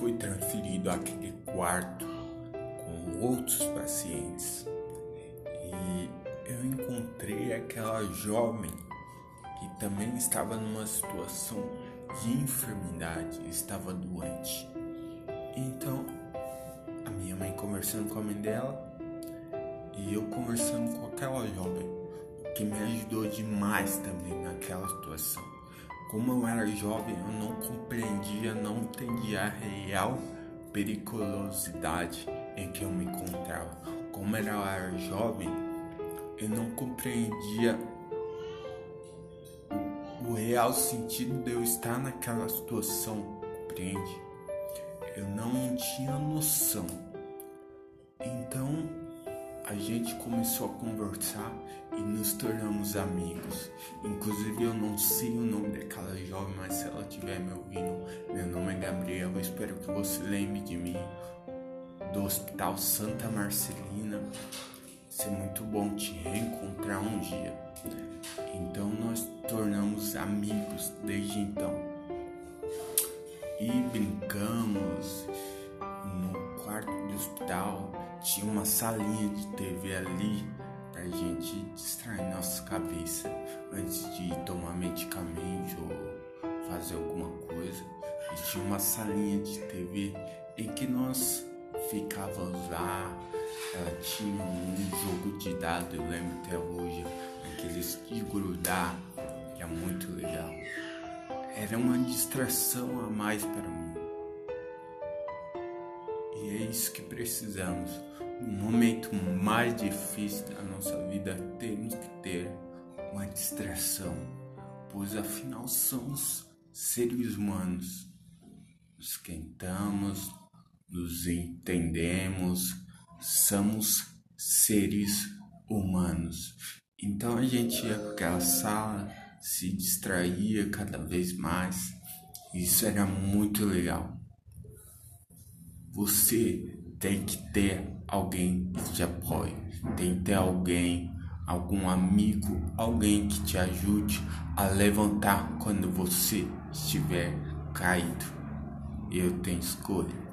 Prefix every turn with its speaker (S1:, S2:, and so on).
S1: fui transferido àquele quarto com outros pacientes e eu encontrei aquela jovem que também estava numa situação de enfermidade, estava doente. Então, a minha mãe conversando com a mãe dela e eu conversando com aquela jovem, o que me ajudou demais também naquela situação. Como eu era jovem, eu não compreendia, não entendia a real periculosidade em que eu me encontrava. Como eu era jovem, eu não compreendia o real sentido de eu estar naquela situação, compreende? Eu não tinha noção. Então, a gente começou a conversar e nos tornamos amigos. Inclusive, eu não sei o nome daquela jovem, mas se ela estiver me ouvindo, meu nome é Gabriel. Eu espero que você lembre de mim, do Hospital Santa Marcelina. Vai ser muito bom te reencontrar um dia. Então, nós tornamos amigos desde então. E brincamos no quarto do hospital. Tinha uma salinha de TV ali pra gente distrair nossa cabeça antes de tomar medicamento ou fazer alguma coisa. E tinha uma salinha de TV em que nós ficávamos lá. Ela tinha um jogo de dado, eu lembro até hoje, aqueles de grudar, que é muito legal. Era uma distração a mais para mim. E é isso que precisamos. No momento mais difícil da nossa vida, temos que ter uma distração, pois afinal somos seres humanos. Nos esquentamos, nos entendemos, somos seres humanos. Então a gente ia para aquela sala, se distraía cada vez mais. Isso era muito legal. Você tem que ter alguém que te apoie, tem que ter alguém, algum amigo, alguém que te ajude a levantar quando você estiver caído. Eu tenho escolha.